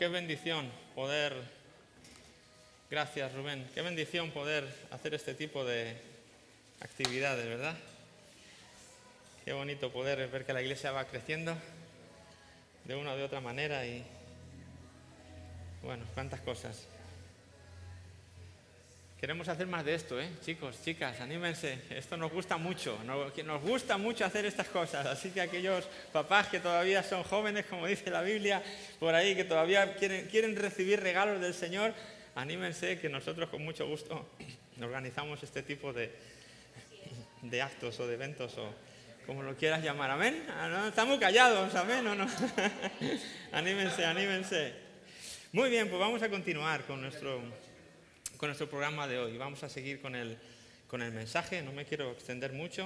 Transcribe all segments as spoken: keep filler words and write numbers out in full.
Qué bendición poder, gracias Rubén, qué bendición poder hacer este tipo de actividades, ¿verdad? Qué bonito poder ver que la iglesia va creciendo de una o de otra manera y, bueno, cuántas cosas. Queremos hacer más de esto, ¿eh? Chicos, chicas, anímense. Esto nos gusta mucho, nos, nos gusta mucho hacer estas cosas. Así que aquellos papás que todavía son jóvenes, como dice la Biblia, por ahí, que todavía quieren, quieren recibir regalos del Señor, anímense que nosotros con mucho gusto organizamos este tipo de, de actos o de eventos o como lo quieras llamar. ¿Amén? Ah, no, estamos callados, ¿amén o no? Anímense, anímense. Muy bien, pues vamos a continuar con nuestro... con nuestro programa de hoy. Vamos a seguir con el, con el mensaje, no me quiero extender mucho.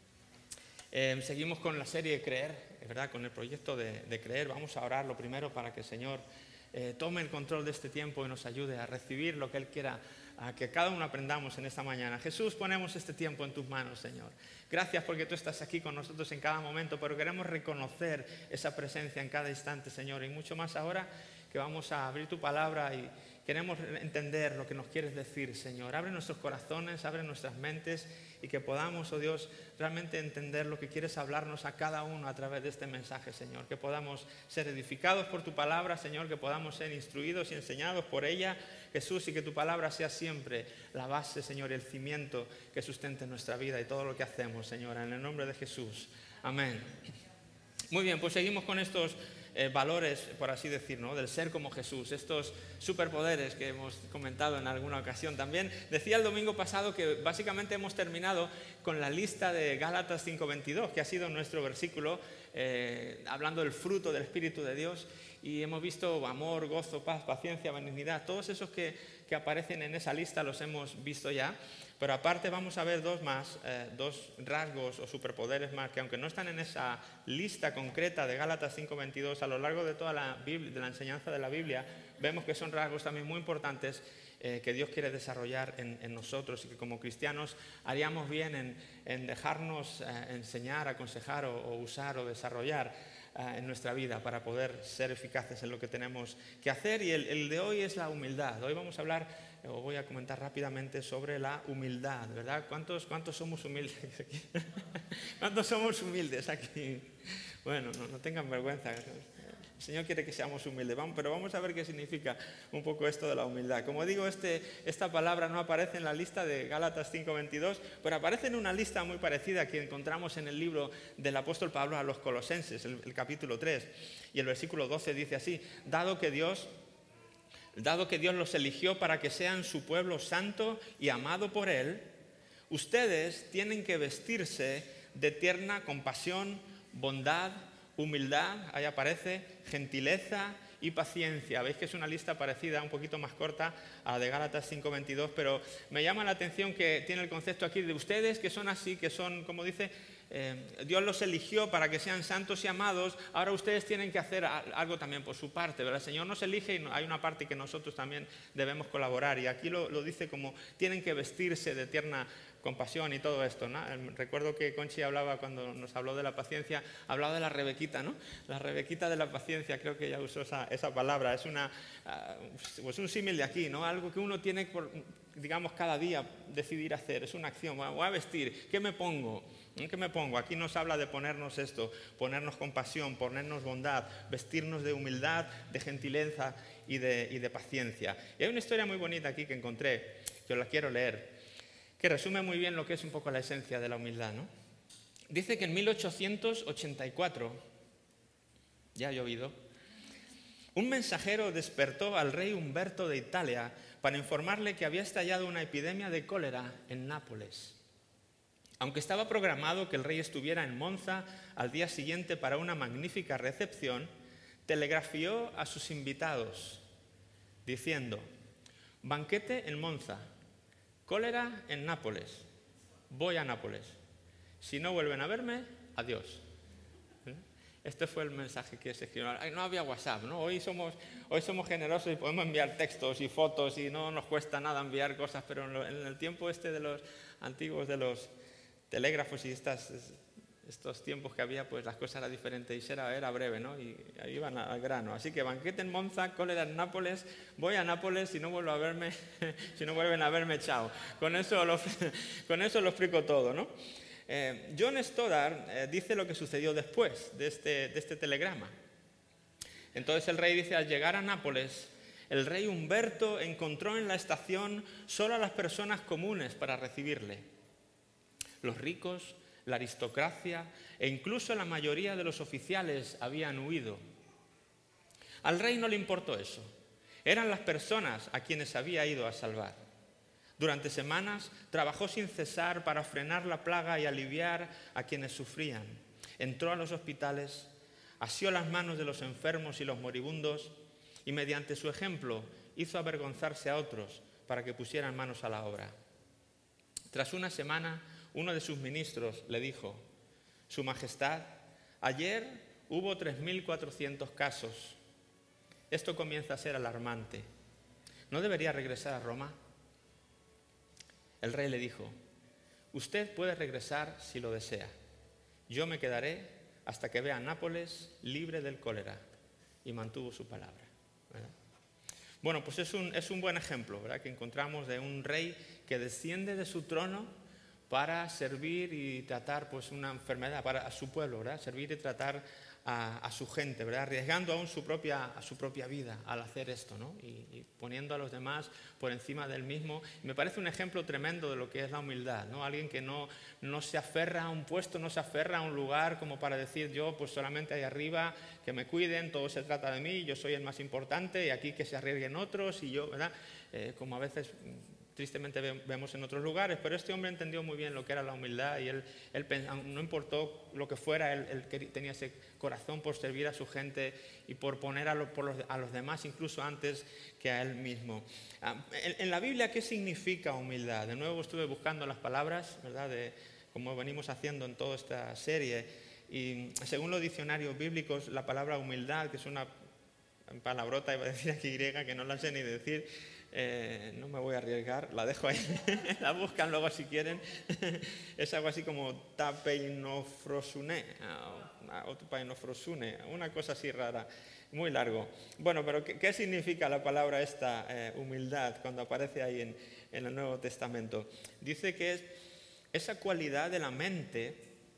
Eh, seguimos con la serie Creer, es verdad, con el proyecto de, de Creer. Vamos a orar lo primero para que el Señor eh, tome el control de este tiempo y nos ayude a recibir lo que Él quiera, a que cada uno aprendamos en esta mañana. Jesús, ponemos este tiempo en tus manos, Señor. Gracias porque tú estás aquí con nosotros en cada momento, pero queremos reconocer esa presencia en cada instante, Señor, y mucho más ahora que vamos a abrir tu palabra y queremos entender lo que nos quieres decir, Señor. Abre nuestros corazones, abre nuestras mentes y que podamos, oh Dios, realmente entender lo que quieres hablarnos a cada uno a través de este mensaje, Señor. Que podamos ser edificados por tu palabra, Señor, que podamos ser instruidos y enseñados por ella, Jesús, y que tu palabra sea siempre la base, Señor, y el cimiento que sustente nuestra vida y todo lo que hacemos, Señor. En el nombre de Jesús. Amén. Muy bien, pues seguimos con estos Eh, valores, por así decir, ¿no? Del ser como Jesús, estos superpoderes que hemos comentado en alguna ocasión también. Decía el domingo pasado que básicamente hemos terminado con la lista de Gálatas cinco veintidós, que ha sido nuestro versículo, eh, hablando del fruto del Espíritu de Dios, y hemos visto amor, gozo, paz, paciencia, benignidad, todos esos que, que aparecen en esa lista los hemos visto ya. Pero aparte vamos a ver dos más, eh, dos rasgos o superpoderes más que aunque no están en esa lista concreta de Gálatas cinco veintidós, a lo largo de toda la, Biblia, de la enseñanza de la Biblia, vemos que son rasgos también muy importantes eh, que Dios quiere desarrollar en, en nosotros y que como cristianos haríamos bien en, en dejarnos eh, enseñar, aconsejar o, o usar o desarrollar eh, en nuestra vida para poder ser eficaces en lo que tenemos que hacer. Y el, el de hoy es la humildad. Hoy vamos a hablar... Os voy a comentar rápidamente sobre la humildad, ¿verdad? ¿Cuántos, cuántos somos humildes aquí? ¿Cuántos somos humildes aquí? Bueno, no, no tengan vergüenza. El Señor quiere que seamos humildes, vamos, pero vamos a ver qué significa un poco esto de la humildad. Como digo, este, esta palabra no aparece en la lista de Gálatas cinco veintidós, pero aparece en una lista muy parecida que encontramos en el libro del apóstol Pablo a los Colosenses, el, el capítulo tres, y el versículo doce dice así: dado que Dios... Dado que Dios los eligió para que sean su pueblo santo y amado por Él, ustedes tienen que vestirse de tierna compasión, bondad, humildad, ahí aparece, gentileza y paciencia. Veis que es una lista parecida, un poquito más corta a la de Gálatas cinco veintidós, pero me llama la atención que tiene el concepto aquí de ustedes que son así, que son, como dice, Eh, Dios los eligió para que sean santos y amados. Ahora ustedes tienen que hacer algo también por su parte, ¿verdad? El Señor nos elige y hay una parte que nosotros también debemos colaborar, y aquí lo, lo dice como tienen que vestirse de tierna compasión y todo esto, ¿no? Recuerdo que Conchi hablaba, cuando nos habló de la paciencia, hablaba de la Rebequita, ¿no? La Rebequita de la paciencia, creo que ella usó esa, esa palabra. Es una, uh, pues un símil de aquí, ¿no? Algo que uno tiene, por, digamos, cada día decidir hacer. Es una acción. Voy a vestir. ¿Qué me pongo? ¿Qué me pongo? Aquí nos habla de ponernos esto, ponernos compasión, ponernos bondad, vestirnos de humildad, de gentileza y de, y de paciencia. Y hay una historia muy bonita aquí que encontré, que os la quiero leer, que resume muy bien lo que es un poco la esencia de la humildad, ¿no? Dice que en mil ochocientos ochenta y cuatro, ya ha llovido, un mensajero despertó al rey Humberto de Italia para informarle que había estallado una epidemia de cólera en Nápoles. Aunque estaba programado que el rey estuviera en Monza al día siguiente para una magnífica recepción, telegrafió a sus invitados diciendo: banquete en Monza, cólera en Nápoles, voy a Nápoles. Si no vuelven a verme, adiós. Este fue el mensaje que se escribió. No había WhatsApp, ¿no? Hoy somos, hoy somos generosos y podemos enviar textos y fotos y no nos cuesta nada enviar cosas, pero en el tiempo este de los antiguos, de los telégrafos y estas estos tiempos que había, pues las cosas eran diferentes y era, era breve, ¿no? Y ahí iban al grano. Así que banquete en Monza, cólera en Nápoles, voy a Nápoles, si no vuelvo a verme, si no vuelven a verme, chao. Con eso lo, con eso lo explico todo, ¿no? Eh, John Stoddard eh, dice lo que sucedió después de este, de este telegrama. Entonces el rey dice, al llegar a Nápoles, el rey Humberto encontró en la estación solo a las personas comunes para recibirle. Los ricos, la aristocracia e incluso la mayoría de los oficiales habían huido. Al rey no le importó eso. Eran las personas a quienes había ido a salvar. Durante semanas trabajó sin cesar para frenar la plaga y aliviar a quienes sufrían. Entró a los hospitales, asió las manos de los enfermos y los moribundos y mediante su ejemplo hizo avergonzarse a otros para que pusieran manos a la obra. Tras una semana, uno de sus ministros le dijo, Su Majestad, ayer hubo tres mil cuatrocientos casos. Esto comienza a ser alarmante. ¿No debería regresar a Roma? El rey le dijo, usted puede regresar si lo desea. Yo me quedaré hasta que vea Nápoles libre del cólera. Y mantuvo su palabra, ¿verdad? Bueno, pues es un, es un buen ejemplo, ¿verdad?, que encontramos de un rey que desciende de su trono para servir y tratar pues, una enfermedad para a su pueblo, ¿verdad? Servir y tratar a, a su gente, ¿verdad? Arriesgando aún su propia, a su propia vida al hacer esto, ¿no? Y, y poniendo a los demás por encima del mismo. Y me parece un ejemplo tremendo de lo que es la humildad, ¿no? Alguien que no, no se aferra a un puesto, no se aferra a un lugar como para decir yo pues solamente ahí arriba, que me cuiden, todo se trata de mí, yo soy el más importante y aquí que se arriesguen otros y yo, ¿verdad? Eh, como a veces tristemente vemos en otros lugares, pero este hombre entendió muy bien lo que era la humildad y él, él no importó lo que fuera, él, él tenía ese corazón por servir a su gente y por poner a, lo, por los, a los demás incluso antes que a él mismo. En, en la Biblia, ¿qué significa humildad? De nuevo estuve buscando las palabras, ¿verdad?, de, como venimos haciendo en toda esta serie, y según los diccionarios bíblicos, la palabra humildad, que es una palabrota, iba a decir aquí griega, que no la sé ni decir, Eh, no me voy a arriesgar, la dejo ahí, la buscan luego si quieren. Es algo así como tapeinofrosune, o tapeinofrosune, una cosa así rara, muy largo. Bueno, pero ¿qué, qué significa la palabra esta, eh, humildad, cuando aparece ahí en, en el Nuevo Testamento? Dice que es esa cualidad de la mente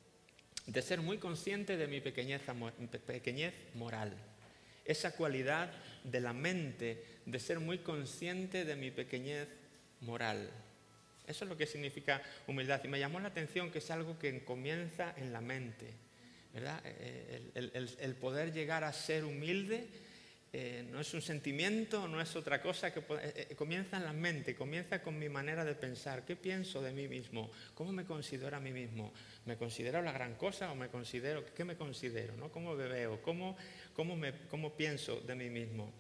de ser muy consciente de mi pequeñez, pequeñez moral. Esa cualidad de la mente de ser muy consciente de mi pequeñez moral. Eso es lo que significa humildad. Y me llamó la atención que es algo que comienza en la mente, ¿verdad? El, el, el, el poder llegar a ser humilde eh, no es un sentimiento, no es otra cosa, que eh, comienza en la mente, comienza con mi manera de pensar. ¿Qué pienso de mí mismo? ¿Cómo me considero a mí mismo? ¿Me considero la gran cosa o me considero, qué me considero, ¿no? ¿Cómo me veo? ¿Cómo, cómo, me, cómo pienso de mí mismo?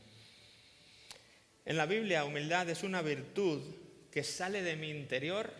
En la Biblia, humildad es una virtud que sale de mi interior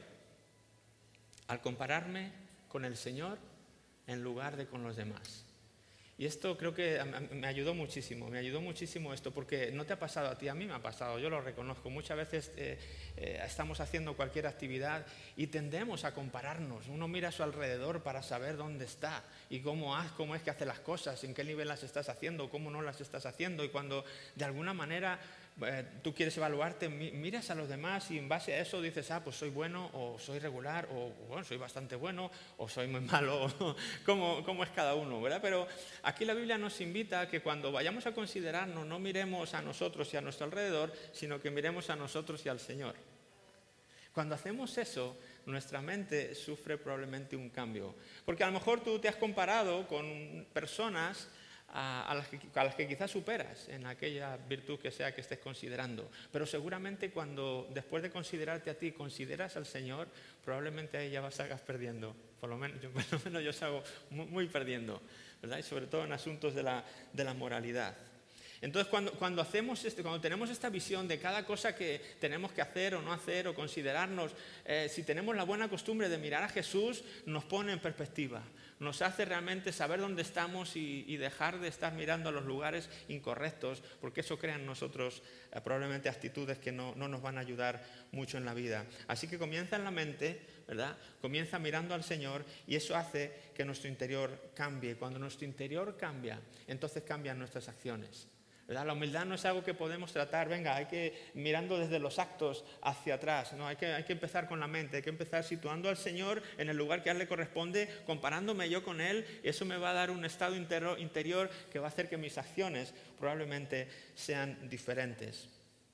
al compararme con el Señor en lugar de con los demás. Y esto creo que me ayudó muchísimo, me ayudó muchísimo esto, porque no te ha pasado a ti, a mí me ha pasado, yo lo reconozco. Muchas veces eh, eh, estamos haciendo cualquier actividad y tendemos a compararnos. Uno mira a su alrededor para saber dónde está y cómo, cómo es que hace las cosas, en qué nivel las estás haciendo, cómo no las estás haciendo. Y cuando de alguna manera eh, tú quieres evaluarte, miras a los demás y en base a eso dices, ah, pues soy bueno o soy regular o bueno, soy bastante bueno o soy muy malo, ¿cómo, cómo es cada uno, ¿verdad? Pero aquí la Biblia nos invita a que cuando vayamos a considerarnos no miremos a nosotros y a nuestro alrededor, sino que miremos a nosotros y al Señor. Cuando hacemos eso, nuestra mente sufre probablemente un cambio. Porque a lo mejor tú te has comparado con personas a, a, las que, a las que quizás superas en aquella virtud que sea que estés considerando. Pero seguramente cuando después de considerarte a ti, consideras al Señor, probablemente ahí ya salgas perdiendo. Por lo menos yo, por lo menos yo salgo muy, muy perdiendo, ¿verdad? Y sobre todo en asuntos de la, de la moralidad. Entonces, cuando, cuando, hacemos este, cuando tenemos esta visión de cada cosa que tenemos que hacer o no hacer o considerarnos, eh, si tenemos la buena costumbre de mirar a Jesús, nos pone en perspectiva. nos hace realmente saber dónde estamos y, y dejar de estar mirando a los lugares incorrectos, porque eso crea en nosotros eh, probablemente actitudes que no, no nos van a ayudar mucho en la vida. Así que comienza en la mente, ¿verdad? Comienza mirando al Señor y eso hace que nuestro interior cambie. Cuando nuestro interior cambia, entonces cambian nuestras acciones, ¿verdad? La humildad no es algo que podemos tratar, venga, hay que mirando desde los actos hacia atrás, no, hay que, hay que empezar con la mente, hay que empezar situando al Señor en el lugar que a Él le corresponde, comparándome yo con Él, y eso me va a dar un estado interior, interior que va a hacer que mis acciones probablemente sean diferentes.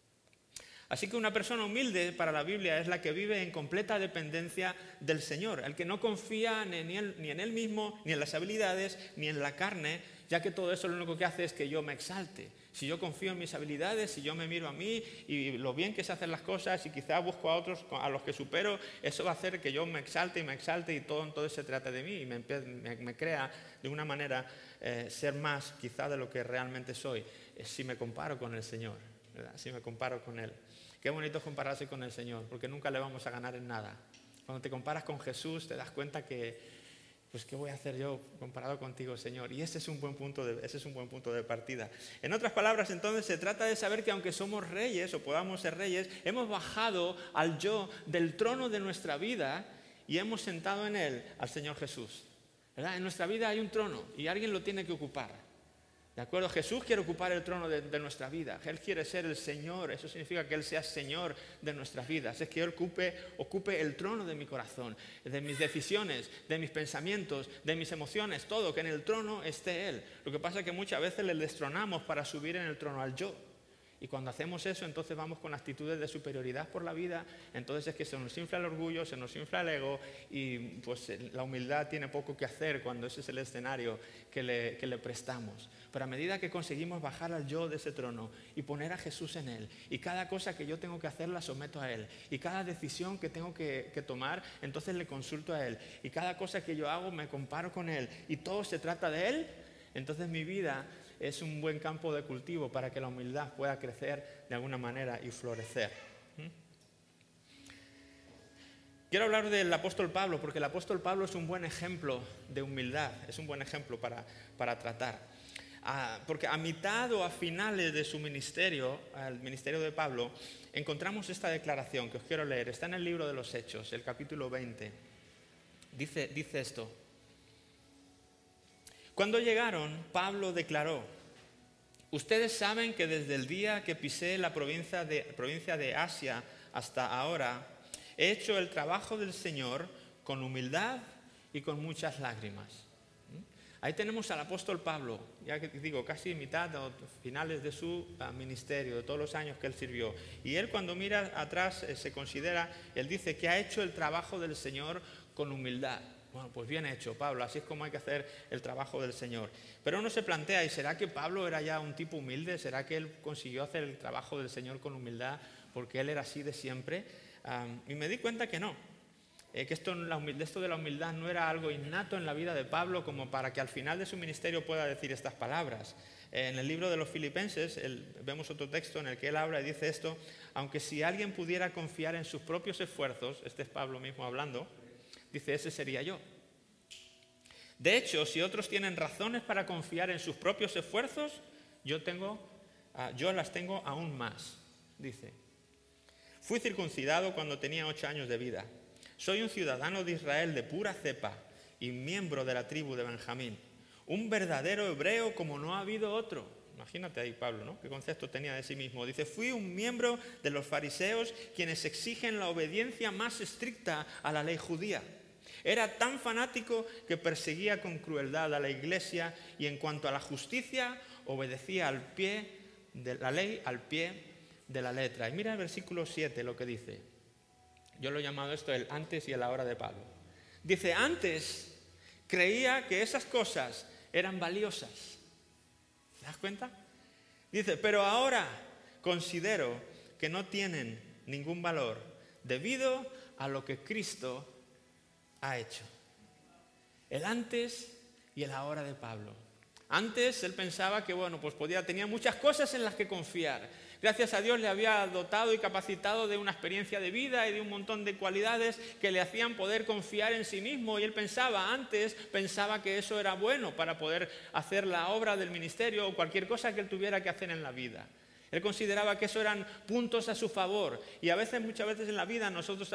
Así que una persona humilde para la Biblia es la que vive en completa dependencia del Señor, el que no confía ni en él, ni en él mismo, ni en las habilidades, ni en la carne, ya que todo eso lo único que hace es que yo me exalte. Si yo confío en mis habilidades, si yo me miro a mí y lo bien que se hacen las cosas y quizás busco a otros a los que supero, eso va a hacer que yo me exalte y me exalte y todo entonces se trata de mí y me, me, me crea de una manera eh, ser más quizás de lo que realmente soy, eh, si me comparo con el Señor, ¿verdad? Si me comparo con Él. Qué bonito es compararse con el Señor, porque nunca le vamos a ganar en nada. Cuando te comparas con Jesús te das cuenta que pues ¿qué voy a hacer yo comparado contigo, Señor? Y ese es un buen punto de, ese es un buen punto de partida. En otras palabras, entonces, se trata de saber que aunque somos reyes o podamos ser reyes, hemos bajado al yo del trono de nuestra vida y hemos sentado en él al Señor Jesús, ¿verdad? En nuestra vida hay un trono y alguien lo tiene que ocupar. ¿De acuerdo? Jesús quiere ocupar el trono de, de nuestra vida. Él quiere ser el Señor. Eso significa que Él sea Señor de nuestras vidas. Es que Él ocupe, ocupe el trono de mi corazón, de mis decisiones, de mis pensamientos, de mis emociones, todo. Que en el trono esté Él. Lo que pasa es que muchas veces le destronamos para subir en el trono al yo. Y cuando hacemos eso, entonces vamos con actitudes de superioridad por la vida, entonces es que se nos infla el orgullo, se nos infla el ego y pues la humildad tiene poco que hacer cuando ese es el escenario que le, que le prestamos. Pero a medida que conseguimos bajar al yo de ese trono y poner a Jesús en él, y cada cosa que yo tengo que hacer la someto a Él, y cada decisión que tengo que, que tomar, entonces le consulto a Él, y cada cosa que yo hago me comparo con Él, y todo se trata de Él, entonces mi vida es un buen campo de cultivo para que la humildad pueda crecer de alguna manera y florecer. ¿Mm? Quiero hablar del apóstol Pablo, porque el apóstol Pablo es un buen ejemplo de humildad, es un buen ejemplo para, para tratar. Ah, porque a mitad o a finales de su ministerio, el ministerio de Pablo, encontramos esta declaración que os quiero leer. Está en el libro de los Hechos, el capítulo veinte. Dice, dice esto. Cuando llegaron, Pablo declaró: ustedes saben que desde el día que pisé la provincia de, provincia de Asia hasta ahora, he hecho el trabajo del Señor con humildad y con muchas lágrimas. Ahí tenemos al apóstol Pablo, ya que digo, casi mitad o finales de su uh, ministerio, de todos los años que él sirvió. Y él cuando mira atrás eh, se considera, él dice que ha hecho el trabajo del Señor con humildad. Bueno, pues bien hecho, Pablo, así es como hay que hacer el trabajo del Señor. Pero uno se plantea, ¿y será que Pablo era ya un tipo humilde? ¿Será que él consiguió hacer el trabajo del Señor con humildad porque él era así de siempre? Um, y me di cuenta que no. Eh, que esto, la humildad, esto de la humildad no era algo innato en la vida de Pablo como para que al final de su ministerio pueda decir estas palabras. Eh, en el libro de los Filipenses el, vemos otro texto en el que él habla y dice esto: aunque si alguien pudiera confiar en sus propios esfuerzos, este es Pablo mismo hablando, dice, ese sería yo. De hecho, si otros tienen razones para confiar en sus propios esfuerzos, yo, tengo, uh, yo las tengo aún más, dice. Fui circuncidado cuando tenía ocho años de vida. Soy un ciudadano de Israel de pura cepa y miembro de la tribu de Benjamín. Un verdadero hebreo como no ha habido otro. Imagínate ahí Pablo, ¿no? ¿Qué concepto tenía de sí mismo? Dice, fui un miembro de los fariseos quienes exigen la obediencia más estricta a la ley judía. Era tan fanático que perseguía con crueldad a la iglesia y en cuanto a la justicia obedecía al pie de la ley, al pie de la letra. Y mira el versículo siete lo que dice. Yo lo he llamado esto el antes y el ahora de Pablo. Dice, antes creía que esas cosas eran valiosas. ¿Te das cuenta? Dice, pero ahora considero que no tienen ningún valor debido a lo que Cristo ha hecho. El antes y el ahora de Pablo. Antes él pensaba que, bueno, pues podía, tenía muchas cosas en las que confiar. Gracias a Dios le había dotado y capacitado de una experiencia de vida y de un montón de cualidades que le hacían poder confiar en sí mismo. Y él pensaba, antes pensaba que eso era bueno para poder hacer la obra del ministerio o cualquier cosa que él tuviera que hacer en la vida. Él consideraba que eso eran puntos a su favor. Y a veces, muchas veces en la vida nosotros...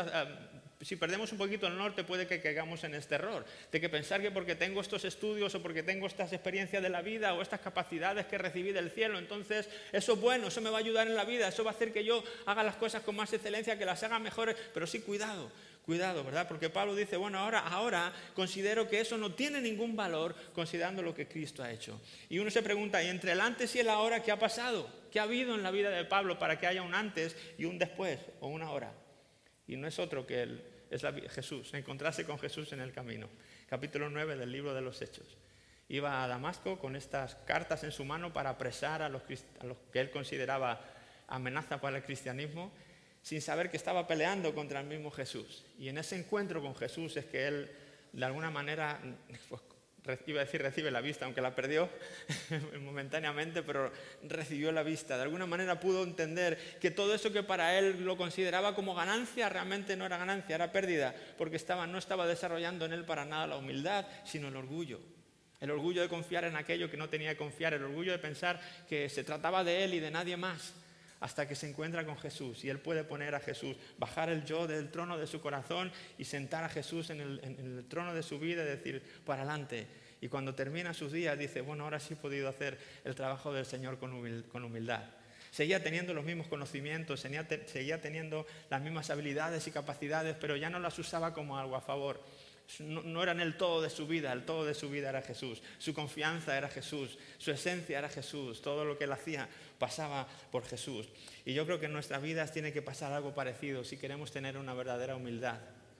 Si perdemos un poquito el norte puede que caigamos en este error, de que pensar que porque tengo estos estudios o porque tengo estas experiencias de la vida o estas capacidades que recibí del cielo, entonces eso es bueno, eso me va a ayudar en la vida, eso va a hacer que yo haga las cosas con más excelencia, que las haga mejores, pero sí cuidado, cuidado, ¿verdad? Porque Pablo dice, bueno, ahora, ahora considero que eso no tiene ningún valor considerando lo que Cristo ha hecho. Y uno se pregunta, ¿y entre el antes y el ahora qué ha pasado? ¿Qué ha habido en la vida de Pablo para que haya un antes y un después o una ahora? Y no es otro que él, es la, Jesús, encontrarse con Jesús en el camino. Capítulo nueve del libro de los Hechos. Iba a Damasco con estas cartas en su mano para apresar a los, a los que él consideraba amenaza para el cristianismo, sin saber que estaba peleando contra el mismo Jesús. Y en ese encuentro con Jesús es que él, de alguna manera, pues, iba a decir recibe la vista, aunque la perdió momentáneamente, pero recibió la vista. De alguna manera pudo entender que todo eso que para él lo consideraba como ganancia, realmente no era ganancia, era pérdida, porque estaba, no estaba desarrollando en él para nada la humildad, sino el orgullo. El orgullo de confiar en aquello que no tenía que confiar, el orgullo de pensar que se trataba de él y de nadie más. Hasta que se encuentra con Jesús y él puede poner a Jesús, bajar el yo del trono de su corazón y sentar a Jesús en el, en el trono de su vida y decir, para adelante. Y cuando termina sus días dice, bueno, ahora sí he podido hacer el trabajo del Señor con humildad. Seguía teniendo los mismos conocimientos, seguía, te, seguía teniendo las mismas habilidades y capacidades, pero ya no las usaba como algo a favor. No, no eran el todo de su vida, el todo de su vida era Jesús. Su confianza era Jesús, su esencia era Jesús, todo lo que él hacía pasaba por Jesús. Y yo creo que en nuestras vidas tiene que pasar algo parecido si queremos tener una verdadera humildad.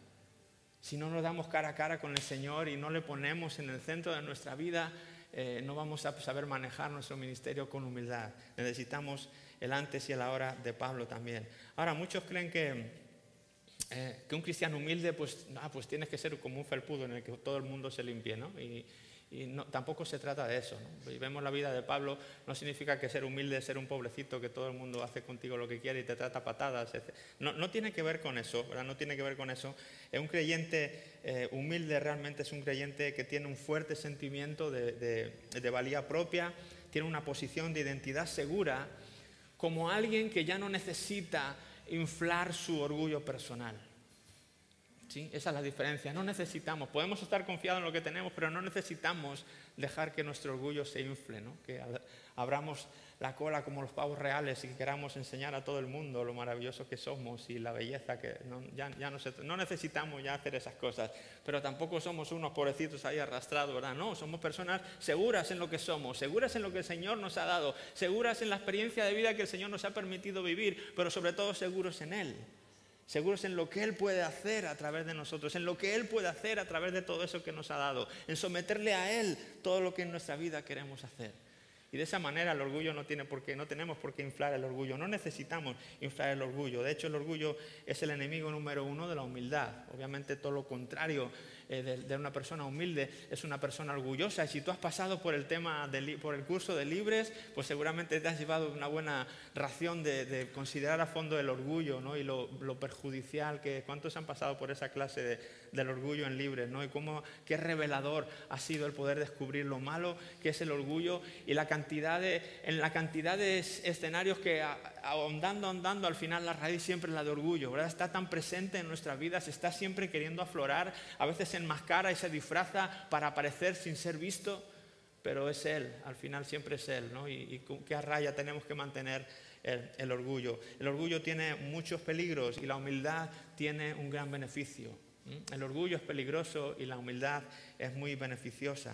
Si no nos damos cara a cara con el Señor y no le ponemos en el centro de nuestra vida, eh, no vamos a saber manejar nuestro ministerio con humildad. Necesitamos el antes y el ahora de Pablo también. Ahora, muchos creen que... Eh, que un cristiano humilde, pues, ah, pues tienes que ser como un felpudo en el que todo el mundo se limpie, ¿no? Y, y no, tampoco se trata de eso, ¿no? Y vemos la vida de Pablo, no significa que ser humilde es ser un pobrecito que todo el mundo hace contigo lo que quiere y te trata patadas. No, no tiene que ver con eso, ¿verdad? No tiene que ver con eso. Un creyente eh, humilde realmente es un creyente que tiene un fuerte sentimiento de, de, de valía propia, tiene una posición de identidad segura, como alguien que ya no necesita inflar su orgullo personal. ¿Sí? Esa es la diferencia. No necesitamos, podemos estar confiados en lo que tenemos, pero no necesitamos dejar que nuestro orgullo se infle, ¿no? Que abramos la cola como los pavos reales y que queramos enseñar a todo el mundo lo maravilloso que somos y la belleza que no, ya, ya no, se, no necesitamos ya hacer esas cosas, pero tampoco somos unos pobrecitos ahí arrastrados, ¿verdad? No, somos personas seguras en lo que somos, seguras en lo que el Señor nos ha dado, seguras en la experiencia de vida que el Señor nos ha permitido vivir, pero sobre todo seguros en Él. Seguros en lo que Él puede hacer a través de nosotros, en lo que Él puede hacer a través de todo eso que nos ha dado, en someterle a Él todo lo que en nuestra vida queremos hacer. Y de esa manera el orgullo no tiene por qué, no tenemos por qué inflar el orgullo, no necesitamos inflar el orgullo. De hecho, el orgullo es el enemigo número uno de la humildad. Obviamente todo lo contrario eh, de, de una persona humilde es una persona orgullosa. Y si tú has pasado por el tema, de, por el curso de Libres, pues seguramente te has llevado una buena ración de, de considerar a fondo el orgullo, ¿no? Y lo, lo perjudicial que, ¿cuántos han pasado por esa clase de, del orgullo en Libres, ¿no? Y cómo, qué revelador ha sido el poder descubrir lo malo que es el orgullo y la cantidad De, en la cantidad de escenarios que ahondando, ahondando, al final la raíz siempre es la de orgullo, ¿verdad? Está tan presente en nuestras vidas, está siempre queriendo aflorar, a veces se enmascara y se disfraza para aparecer sin ser visto, pero es Él, al final siempre es Él, ¿no? Y, y qué a raya tenemos que mantener el, el orgullo. El orgullo tiene muchos peligros y la humildad tiene un gran beneficio. ¿Mm? El orgullo es peligroso y la humildad es muy beneficiosa.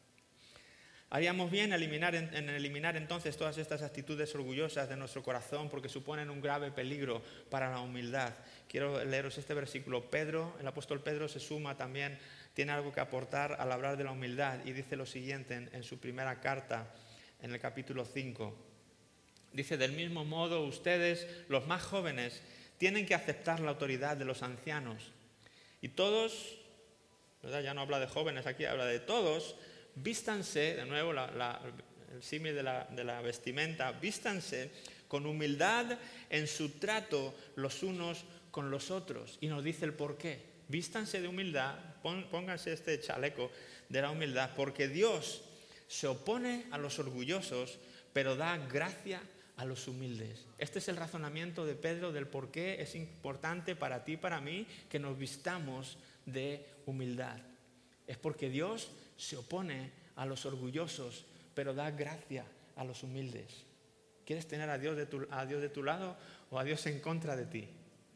Haríamos bien eliminar, en, en eliminar entonces todas estas actitudes orgullosas de nuestro corazón porque suponen un grave peligro para la humildad. Quiero leeros este versículo. Pedro, el apóstol Pedro se suma también, tiene algo que aportar al hablar de la humildad y dice lo siguiente en, en su primera carta, en el capítulo cinco. Dice, del mismo modo ustedes, los más jóvenes, tienen que aceptar la autoridad de los ancianos. Y todos, ¿verdad? Ya no habla de jóvenes aquí, habla de todos, vístanse, de nuevo la, la, el símil de la, de la vestimenta, vístanse con humildad en su trato los unos con los otros. Y nos dice el por qué. Vístanse de humildad, pónganse este chaleco de la humildad, porque Dios se opone a los orgullosos, pero da gracia a los humildes. Este es el razonamiento de Pedro del por qué es importante para ti y para mí que nos vistamos de humildad. Es porque Dios se opone a los orgullosos, pero da gracia a los humildes. ¿Quieres tener a Dios de tu, a Dios de tu lado o a Dios en contra de ti?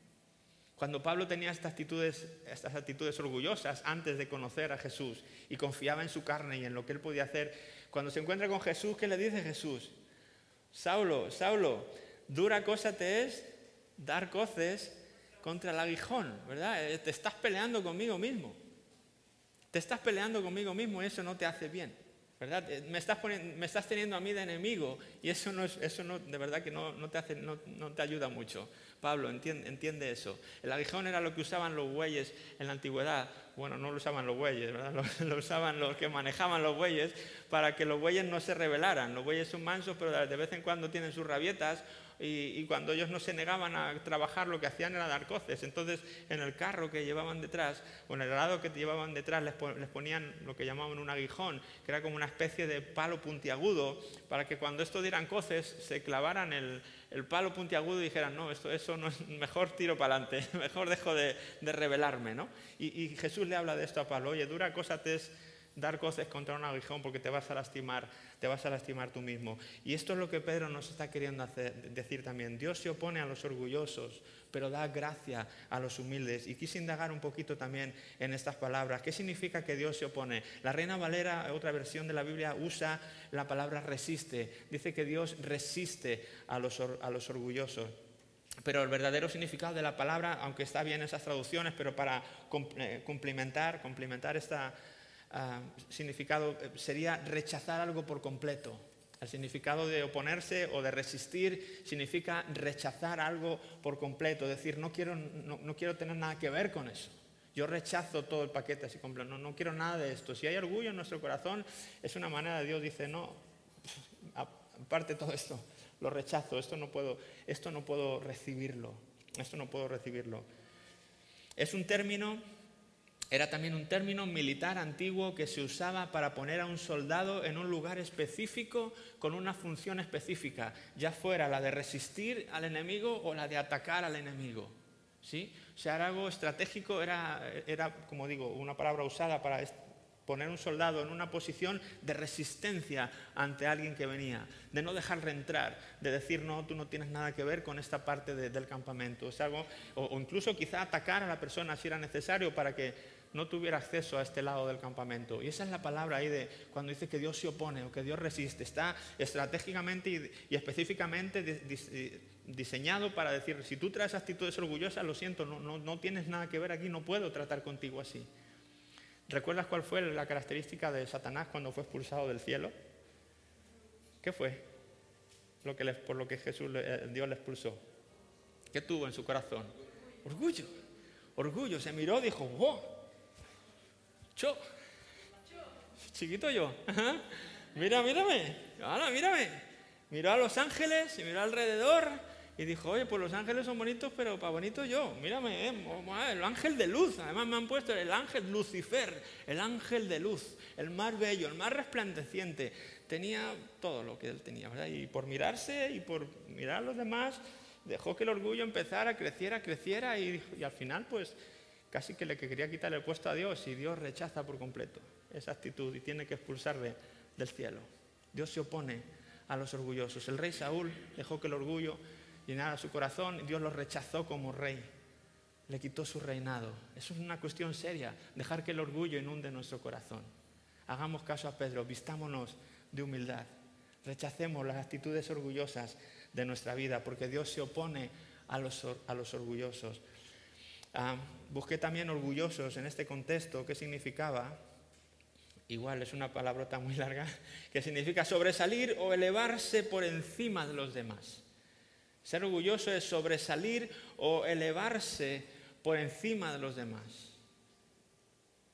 Cuando Pablo tenía estas actitudes, estas actitudes orgullosas antes de conocer a Jesús y confiaba en su carne y en lo que él podía hacer, cuando se encuentra con Jesús, ¿qué le dice Jesús? Saulo, Saulo, dura cosa te es dar coces contra el aguijón, ¿verdad? Te estás peleando conmigo mismo. Te estás peleando conmigo mismo y eso no te hace bien, ¿verdad? Me estás, poniendo, me estás teniendo a mí de enemigo y eso, no es, eso no, de verdad que no, no, te hace, no, no te ayuda mucho. Pablo, entiende, entiende eso. El aguijón era lo que usaban los bueyes en la antigüedad. Bueno, no lo usaban los bueyes, ¿verdad? Lo, lo usaban los que manejaban los bueyes para que los bueyes no se rebelaran. Los bueyes son mansos, pero de vez en cuando tienen sus rabietas y, y cuando ellos no se negaban a trabajar, lo que hacían era dar coces. Entonces, en el carro que llevaban detrás, o en el arado que llevaban detrás, les, les ponían lo que llamaban un aguijón, que era como una especie de palo puntiagudo, para que cuando estos dieran coces, se clavaran el... el palo puntiagudo y dijeran, no, esto, eso no es, mejor tiro para adelante, mejor dejo de, de rebelarme, ¿no? Y, y Jesús le habla de esto a Pablo, oye, dura cosa te es dar coces contra un aguijón porque te vas a lastimar, te vas a lastimar tú mismo. Y esto es lo que Pedro nos está queriendo hacer, decir también. Dios se opone a los orgullosos, pero da gracia a los humildes. Y quise indagar un poquito también en estas palabras. ¿Qué significa que Dios se opone? La Reina Valera, otra versión de la Biblia, usa la palabra resiste. Dice que Dios resiste a los, a los orgullosos. Pero el verdadero significado de la palabra, aunque está bien esas traducciones, pero para complementar, complementar esta uh, significado, sería rechazar algo por completo. El significado de oponerse o de resistir significa rechazar algo por completo, decir, no quiero, no, no quiero tener nada que ver con eso. Yo rechazo todo el paquete así completo, no, no quiero nada de esto. Si hay orgullo en nuestro corazón, es una manera de Dios dice, no, aparte todo esto, lo rechazo, esto no puedo, esto no puedo recibirlo, esto no puedo recibirlo. Es un término... Era también un término militar antiguo que se usaba para poner a un soldado en un lugar específico con una función específica, ya fuera la de resistir al enemigo o la de atacar al enemigo. ¿Sí? O sea, era algo estratégico, era, era, como digo, una palabra usada para poner un soldado en una posición de resistencia ante alguien que venía, de no dejarle entrar, de decir, no, tú no tienes nada que ver con esta parte de, del campamento. Es algo, o, o incluso quizá atacar a la persona si era necesario para que no tuviera acceso a este lado del campamento. Y esa es la palabra ahí de cuando dice que Dios se opone o que Dios resiste. Está estratégicamente y, y específicamente di, di, diseñado para decir, si tú traes actitudes orgullosas, lo siento, no, no, no tienes nada que ver aquí, no puedo tratar contigo así. ¿Recuerdas cuál fue la característica de Satanás cuando fue expulsado del cielo? ¿Qué fue? Lo que le, por lo que Jesús, Dios le expulsó. ¿Qué tuvo en su corazón? Orgullo. Orgullo. Se miró y dijo, ¡wow! Yo, chiquito yo, ajá. Mira, mírame, ahora mírame. Miró a los ángeles y miró alrededor y dijo, oye, pues los ángeles son bonitos, pero para bonito yo, mírame, eh, el ángel de luz. Además me han puesto el ángel Lucifer, el ángel de luz, el más bello, el más resplandeciente. Tenía todo lo que él tenía, ¿verdad? Y por mirarse y por mirar a los demás, dejó que el orgullo empezara, creciera, creciera y, y al final, pues, casi que le quería quitar el puesto a Dios y Dios rechaza por completo esa actitud y tiene que expulsarle del cielo. Dios se opone a los orgullosos. El rey Saúl dejó que el orgullo llenara su corazón y Dios lo rechazó como rey. Le quitó su reinado. Eso es una cuestión seria, dejar que el orgullo inunde nuestro corazón. Hagamos caso a Pedro, vistámonos de humildad. Rechacemos las actitudes orgullosas de nuestra vida porque Dios se opone a los, a los orgullosos. Uh, busqué también orgullosos en este contexto, ¿qué significaba? Igual es una palabrota muy larga, que significa sobresalir o elevarse por encima de los demás. Ser orgulloso es sobresalir o elevarse por encima de los demás.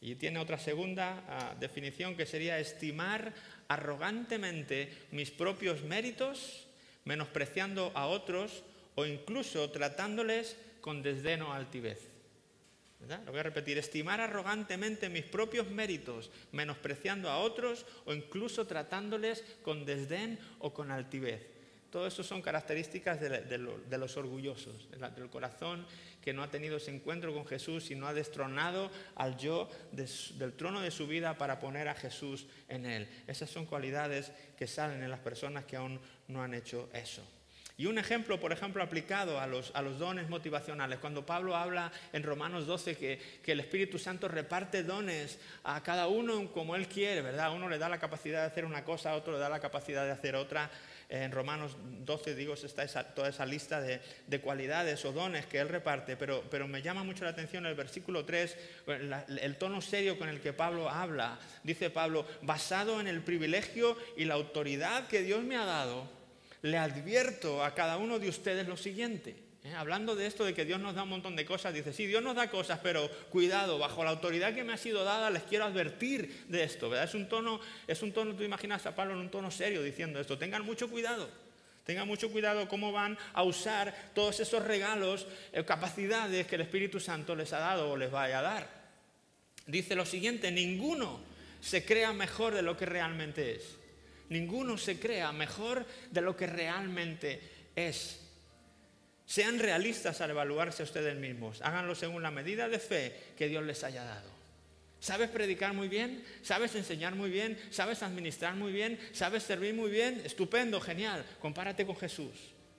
Y tiene otra segunda uh, definición que sería estimar arrogantemente mis propios méritos, menospreciando a otros o incluso tratándoles con desdén o altivez. ¿Verdad? Lo voy a repetir, estimar arrogantemente mis propios méritos, menospreciando a otros o incluso tratándoles con desdén o con altivez. Todo eso son características de, de, de los orgullosos, del corazón que no ha tenido ese encuentro con Jesús y no ha destronado al yo de, del trono de su vida para poner a Jesús en él. Esas son cualidades que salen en las personas que aún no han hecho eso. Y un ejemplo, por ejemplo, aplicado a los, a los dones motivacionales. Cuando Pablo habla en Romanos doce que, que el Espíritu Santo reparte dones a cada uno como Él quiere, ¿verdad? A uno le da la capacidad de hacer una cosa, a otro le da la capacidad de hacer otra. En Romanos doce, digo, está esa, toda esa lista de, de cualidades o dones que Él reparte, pero, pero me llama mucho la atención el versículo tres, la, el tono serio con el que Pablo habla. Dice Pablo, basado en el privilegio y la autoridad que Dios me ha dado, le advierto a cada uno de ustedes lo siguiente. ¿eh? Hablando de esto de que Dios nos da un montón de cosas, dice, sí, Dios nos da cosas, pero cuidado, bajo la autoridad que me ha sido dada, les quiero advertir de esto, ¿verdad? Es un tono, es un tono, tú imaginas a Pablo en un tono serio diciendo esto, tengan mucho cuidado, tengan mucho cuidado cómo van a usar todos esos regalos, eh, capacidades que el Espíritu Santo les ha dado o les vaya a dar. Dice lo siguiente, ninguno se crea mejor de lo que realmente es. Ninguno se crea mejor de lo que realmente es. Sean realistas al evaluarse a ustedes mismos. Háganlo según la medida de fe que Dios les haya dado. ¿Sabes predicar muy bien? ¿Sabes enseñar muy bien? ¿Sabes administrar muy bien? ¿Sabes servir muy bien? Estupendo, genial. Compárate con Jesús.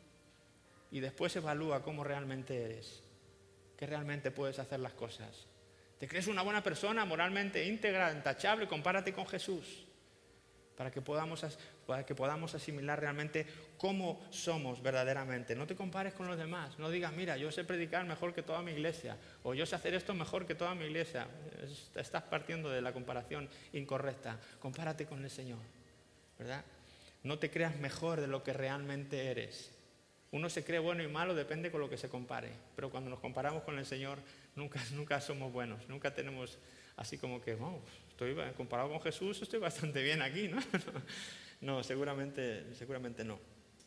Y después evalúa cómo realmente eres. Que realmente puedes hacer las cosas. ¿Te crees una buena persona, moralmente íntegra, intachable? Compárate con Jesús. Para que, podamos, para que podamos asimilar realmente cómo somos verdaderamente. No te compares con los demás. No digas, mira, yo sé predicar mejor que toda mi iglesia. O yo sé hacer esto mejor que toda mi iglesia. Estás partiendo de la comparación incorrecta. Compárate con el Señor, ¿verdad? No te creas mejor de lo que realmente eres. Uno se cree bueno y malo, depende con lo que se compare. Pero cuando nos comparamos con el Señor, nunca, nunca somos buenos. Nunca tenemos así como que, wow, estoy comparado con Jesús, estoy bastante bien aquí, ¿no? No, seguramente, seguramente no.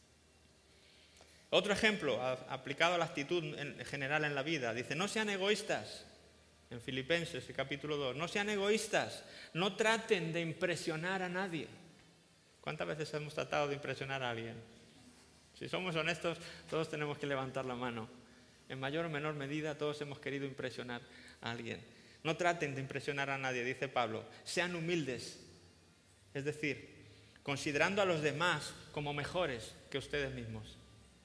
Otro ejemplo, aplicado a la actitud en general en la vida, dice, no sean egoístas. En Filipenses, el capítulo dos, no sean egoístas, no traten de impresionar a nadie. ¿Cuántas veces hemos tratado de impresionar a alguien? Si somos honestos, todos tenemos que levantar la mano. En mayor o menor medida, todos hemos querido impresionar a alguien. No traten de impresionar a nadie, dice Pablo. Sean humildes. Es decir, considerando a los demás como mejores que ustedes mismos.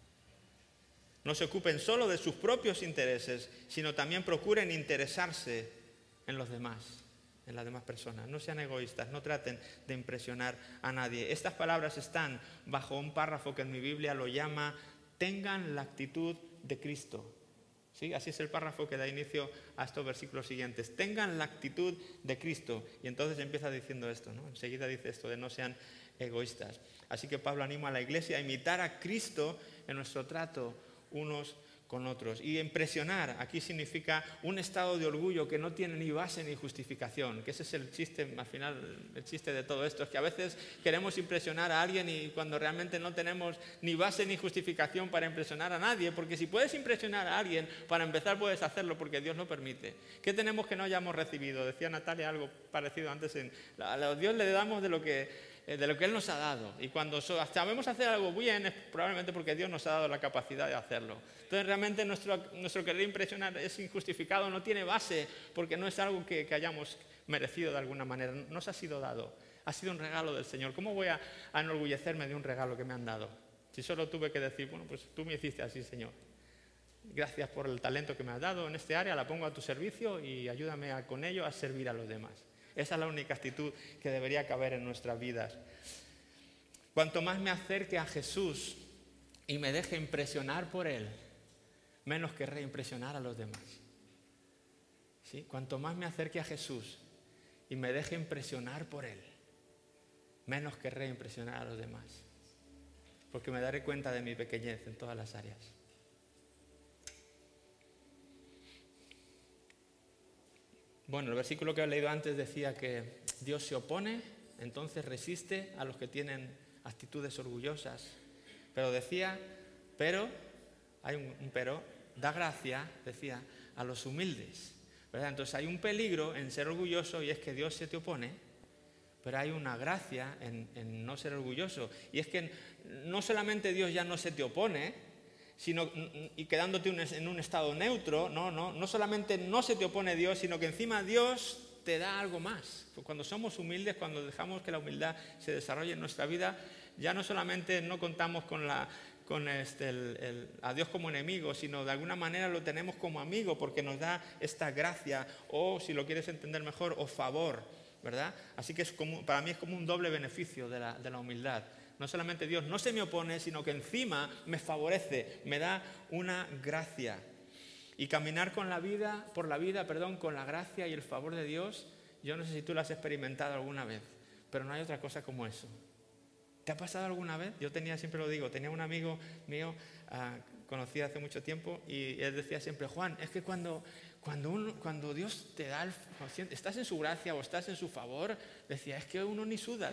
No se ocupen solo de sus propios intereses, sino también procuren interesarse en los demás, en las demás personas. No sean egoístas, no traten de impresionar a nadie. Estas palabras están bajo un párrafo que en mi Biblia lo llama tengan la actitud de Cristo. ¿Sí? Así es el párrafo que da inicio a estos versículos siguientes. Tengan la actitud de Cristo. Y entonces empieza diciendo esto, ¿no? Enseguida dice esto de no sean egoístas. Así que Pablo anima a la iglesia a imitar a Cristo en nuestro trato unos con otros. Y impresionar aquí significa un estado de orgullo que no tiene ni base ni justificación, que ese es el chiste, al final el chiste de todo esto, es que a veces queremos impresionar a alguien y cuando realmente no tenemos ni base ni justificación para impresionar a nadie, porque si puedes impresionar a alguien, para empezar puedes hacerlo porque Dios lo permite. ¿Qué tenemos que no hayamos recibido? Decía Natalia algo parecido antes, en, a Dios le damos de lo que de lo que Él nos ha dado. Y cuando sabemos hacer algo bien es probablemente porque Dios nos ha dado la capacidad de hacerlo. Entonces realmente nuestro, nuestro querer impresionar es injustificado, no tiene base, porque no es algo que, que hayamos merecido de alguna manera. Nos ha sido dado. Ha sido un regalo del Señor. ¿Cómo voy a, a enorgullecerme de un regalo que me han dado? Si solo tuve que decir, bueno, pues tú me hiciste así, Señor. Gracias por el talento que me has dado en este área, la pongo a tu servicio y ayúdame a, con ello a servir a los demás. Esa es la única actitud que debería caber en nuestras vidas. Cuanto más me acerque a Jesús y me deje impresionar por Él, menos querré impresionar a los demás. ¿Sí? Cuanto más me acerque a Jesús y me deje impresionar por Él, menos querré impresionar a los demás. Porque me daré cuenta de mi pequeñez en todas las áreas. Bueno, el versículo que he leído antes decía que Dios se opone, entonces resiste a los que tienen actitudes orgullosas. Pero decía, pero, hay un, un pero, da gracia, decía, a los humildes, ¿verdad? Entonces hay un peligro en ser orgulloso y es que Dios se te opone, pero hay una gracia en, en no ser orgulloso. Y es que no solamente Dios ya no se te opone, sino, y quedándote en un estado neutro, no, no, no solamente no se te opone Dios, sino que encima Dios te da algo más. Cuando somos humildes, cuando dejamos que la humildad se desarrolle en nuestra vida, ya no solamente no contamos con, la, con este, el, el, a Dios como enemigo, sino de alguna manera lo tenemos como amigo porque nos da esta gracia o, si lo quieres entender mejor, o favor, ¿verdad? Así que es como, para mí es como un doble beneficio de la, de la humildad. No solamente Dios no se me opone, sino que encima me favorece, me da una gracia. Y caminar con la vida, por la vida, perdón, con la gracia y el favor de Dios, yo no sé si tú lo has experimentado alguna vez, pero no hay otra cosa como eso. ¿Te ha pasado alguna vez? Yo tenía, siempre lo digo, tenía un amigo mío, uh, conocido hace mucho tiempo, y él decía siempre, Juan, es que cuando, cuando, uno, cuando Dios te da, el, estás en su gracia o estás en su favor, decía, es que uno ni suda.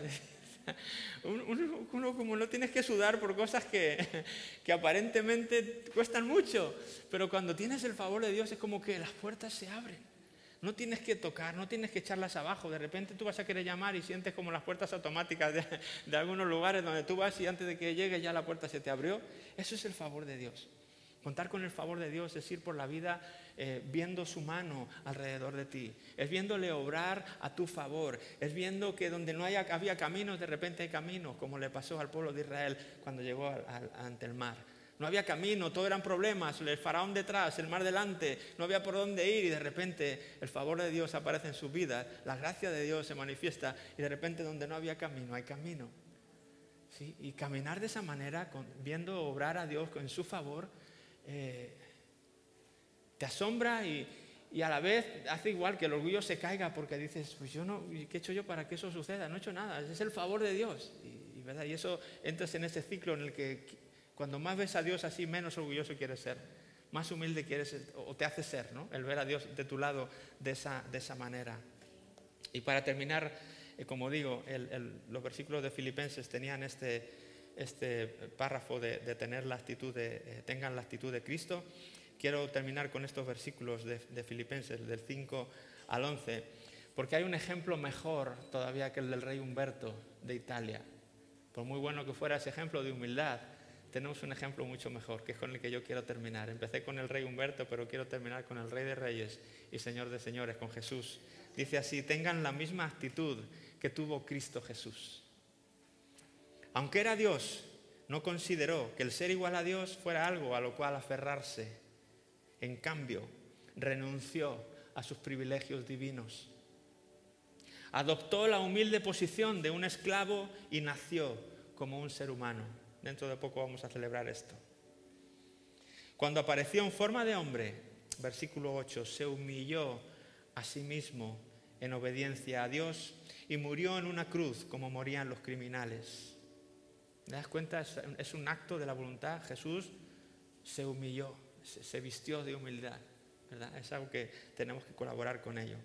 Uno, uno como no tienes que sudar por cosas que, que aparentemente cuestan mucho, pero cuando tienes el favor de Dios es como que las puertas se abren. No tienes que tocar, no tienes que echarlas abajo. De repente tú vas a querer llamar y sientes como las puertas automáticas de, de algunos lugares donde tú vas y antes de que llegue ya la puerta se te abrió. Eso es el favor de Dios. Contar con el favor de Dios es ir por la vida eh, viendo su mano alrededor de ti. Es viéndole obrar a tu favor. Es viendo que donde no haya, había caminos, de repente hay caminos, como le pasó al pueblo de Israel cuando llegó al, al, ante el mar. No había camino, todo eran problemas, el faraón detrás, el mar delante, no había por dónde ir y de repente el favor de Dios aparece en sus vidas, la gracia de Dios se manifiesta y de repente donde no había camino, hay camino. ¿Sí? Y caminar de esa manera, con, viendo obrar a Dios en su favor, Eh, te asombra y, y a la vez hace igual que el orgullo se caiga porque dices, pues yo no, ¿qué he hecho yo para que eso suceda? No he hecho nada, es el favor de Dios. Y, y, ¿verdad? Y eso entras en ese ciclo en el que cuando más ves a Dios así, menos orgulloso quieres ser, más humilde quieres ser, o te hace ser, ¿no? El ver a Dios de tu lado de esa, de esa manera. Y para terminar, eh, como digo, el, el, los versículos de Filipenses tenían este... este párrafo de, de tener la actitud de, eh, tengan la actitud de Cristo. Quiero terminar con estos versículos de, de Filipenses, del cinco al once, porque hay un ejemplo mejor todavía que el del rey Humberto de Italia. Por muy bueno que fuera ese ejemplo de humildad, tenemos un ejemplo mucho mejor, que es con el que yo quiero terminar. Empecé con el rey Humberto, pero quiero terminar con el rey de reyes y señor de señores, con Jesús. Dice así, tengan la misma actitud que tuvo Cristo Jesús. Aunque era Dios, no consideró que el ser igual a Dios fuera algo a lo cual aferrarse. En cambio, renunció a sus privilegios divinos. Adoptó la humilde posición de un esclavo y nació como un ser humano. Dentro de poco vamos a celebrar esto. Cuando apareció en forma de hombre, versículo ocho, se humilló a sí mismo en obediencia a Dios y murió en una cruz como morían los criminales. ¿Te das cuenta? Es un acto de la voluntad. Jesús se humilló, se vistió de humildad, ¿verdad? Es algo que tenemos que colaborar con ello.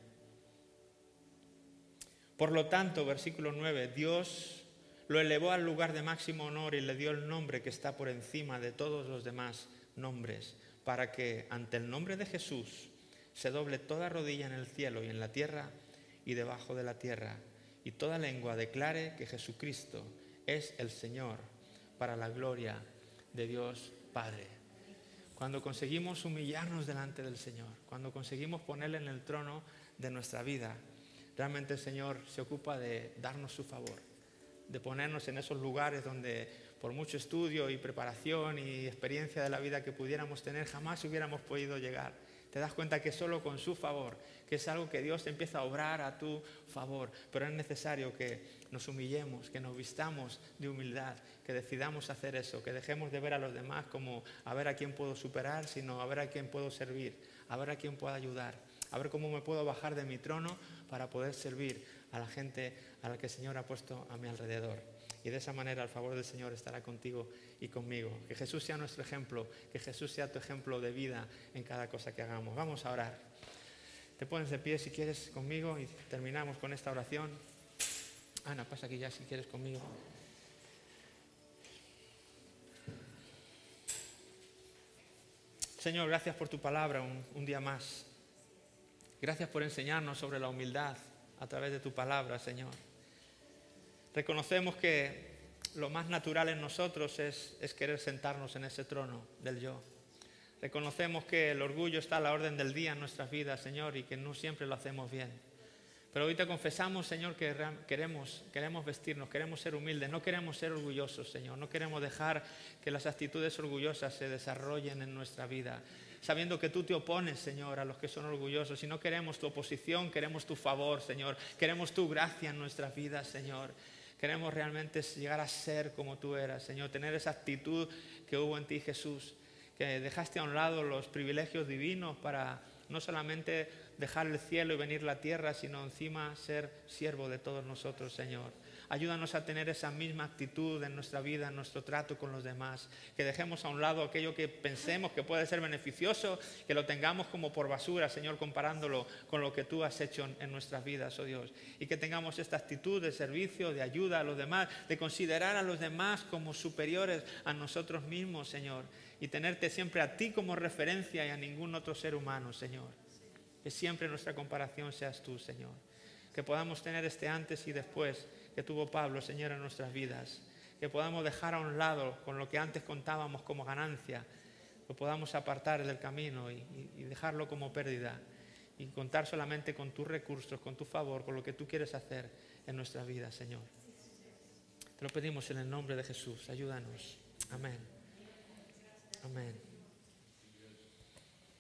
Por lo tanto, versículo nueve, Dios lo elevó al lugar de máximo honor y le dio el nombre que está por encima de todos los demás nombres, para que ante el nombre de Jesús se doble toda rodilla en el cielo y en la tierra y debajo de la tierra, y toda lengua declare que Jesucristo es el Señor, para la gloria de Dios Padre. Cuando conseguimos humillarnos delante del Señor, cuando conseguimos ponerle en el trono de nuestra vida, realmente el Señor se ocupa de darnos su favor, de ponernos en esos lugares donde por mucho estudio y preparación y experiencia de la vida que pudiéramos tener, jamás hubiéramos podido llegar. Te das cuenta que solo con su favor, que es algo que Dios empieza a obrar a tu favor, pero es necesario que nos humillemos, que nos vistamos de humildad, que decidamos hacer eso, que dejemos de ver a los demás como a ver a quién puedo superar, sino a ver a quién puedo servir, a ver a quién puedo ayudar, a ver cómo me puedo bajar de mi trono para poder servir a la gente a la que el Señor ha puesto a mi alrededor. Y de esa manera el favor del Señor estará contigo y conmigo. Que Jesús sea nuestro ejemplo, que Jesús sea tu ejemplo de vida en cada cosa que hagamos. Vamos a orar. Te pones de pie si quieres conmigo y terminamos con esta oración. Ana, pasa aquí ya si quieres conmigo. Señor, gracias por tu palabra un, un día más. Gracias por enseñarnos sobre la humildad a través de tu palabra, Señor. Reconocemos que lo más natural en nosotros es, es querer sentarnos en ese trono del yo. Reconocemos que el orgullo está a la orden del día en nuestras vidas, Señor, y que no siempre lo hacemos bien. Pero hoy te confesamos, Señor, que queremos, queremos vestirnos, queremos ser humildes, no queremos ser orgullosos, Señor. No queremos dejar que las actitudes orgullosas se desarrollen en nuestra vida, sabiendo que tú te opones, Señor, a los que son orgullosos. Y no queremos tu oposición, queremos tu favor, Señor. Queremos tu gracia en nuestras vidas, Señor. Queremos realmente llegar a ser como tú eras, Señor. Tener esa actitud que hubo en ti, Jesús. Que dejaste a un lado los privilegios divinos para no solamente dejar el cielo y venir a la tierra, sino encima ser siervo de todos nosotros, Señor. Ayúdanos a tener esa misma actitud en nuestra vida, en nuestro trato con los demás. Que dejemos a un lado aquello que pensemos que puede ser beneficioso, que lo tengamos como por basura, Señor, comparándolo con lo que tú has hecho en, en nuestras vidas, oh Dios. Y que tengamos esta actitud de servicio, de ayuda a los demás, de considerar a los demás como superiores a nosotros mismos, Señor. Y tenerte siempre a ti como referencia y a ningún otro ser humano, Señor. Que siempre nuestra comparación seas tú, Señor. Que podamos tener este antes y después que tuvo Pablo, Señor, en nuestras vidas. Que podamos dejar a un lado con lo que antes contábamos como ganancia. Lo podamos apartar del camino y, y, y dejarlo como pérdida. Y contar solamente con tus recursos, con tu favor, con lo que tú quieres hacer en nuestra vida, Señor. Te lo pedimos en el nombre de Jesús. Ayúdanos. Amén. Amén.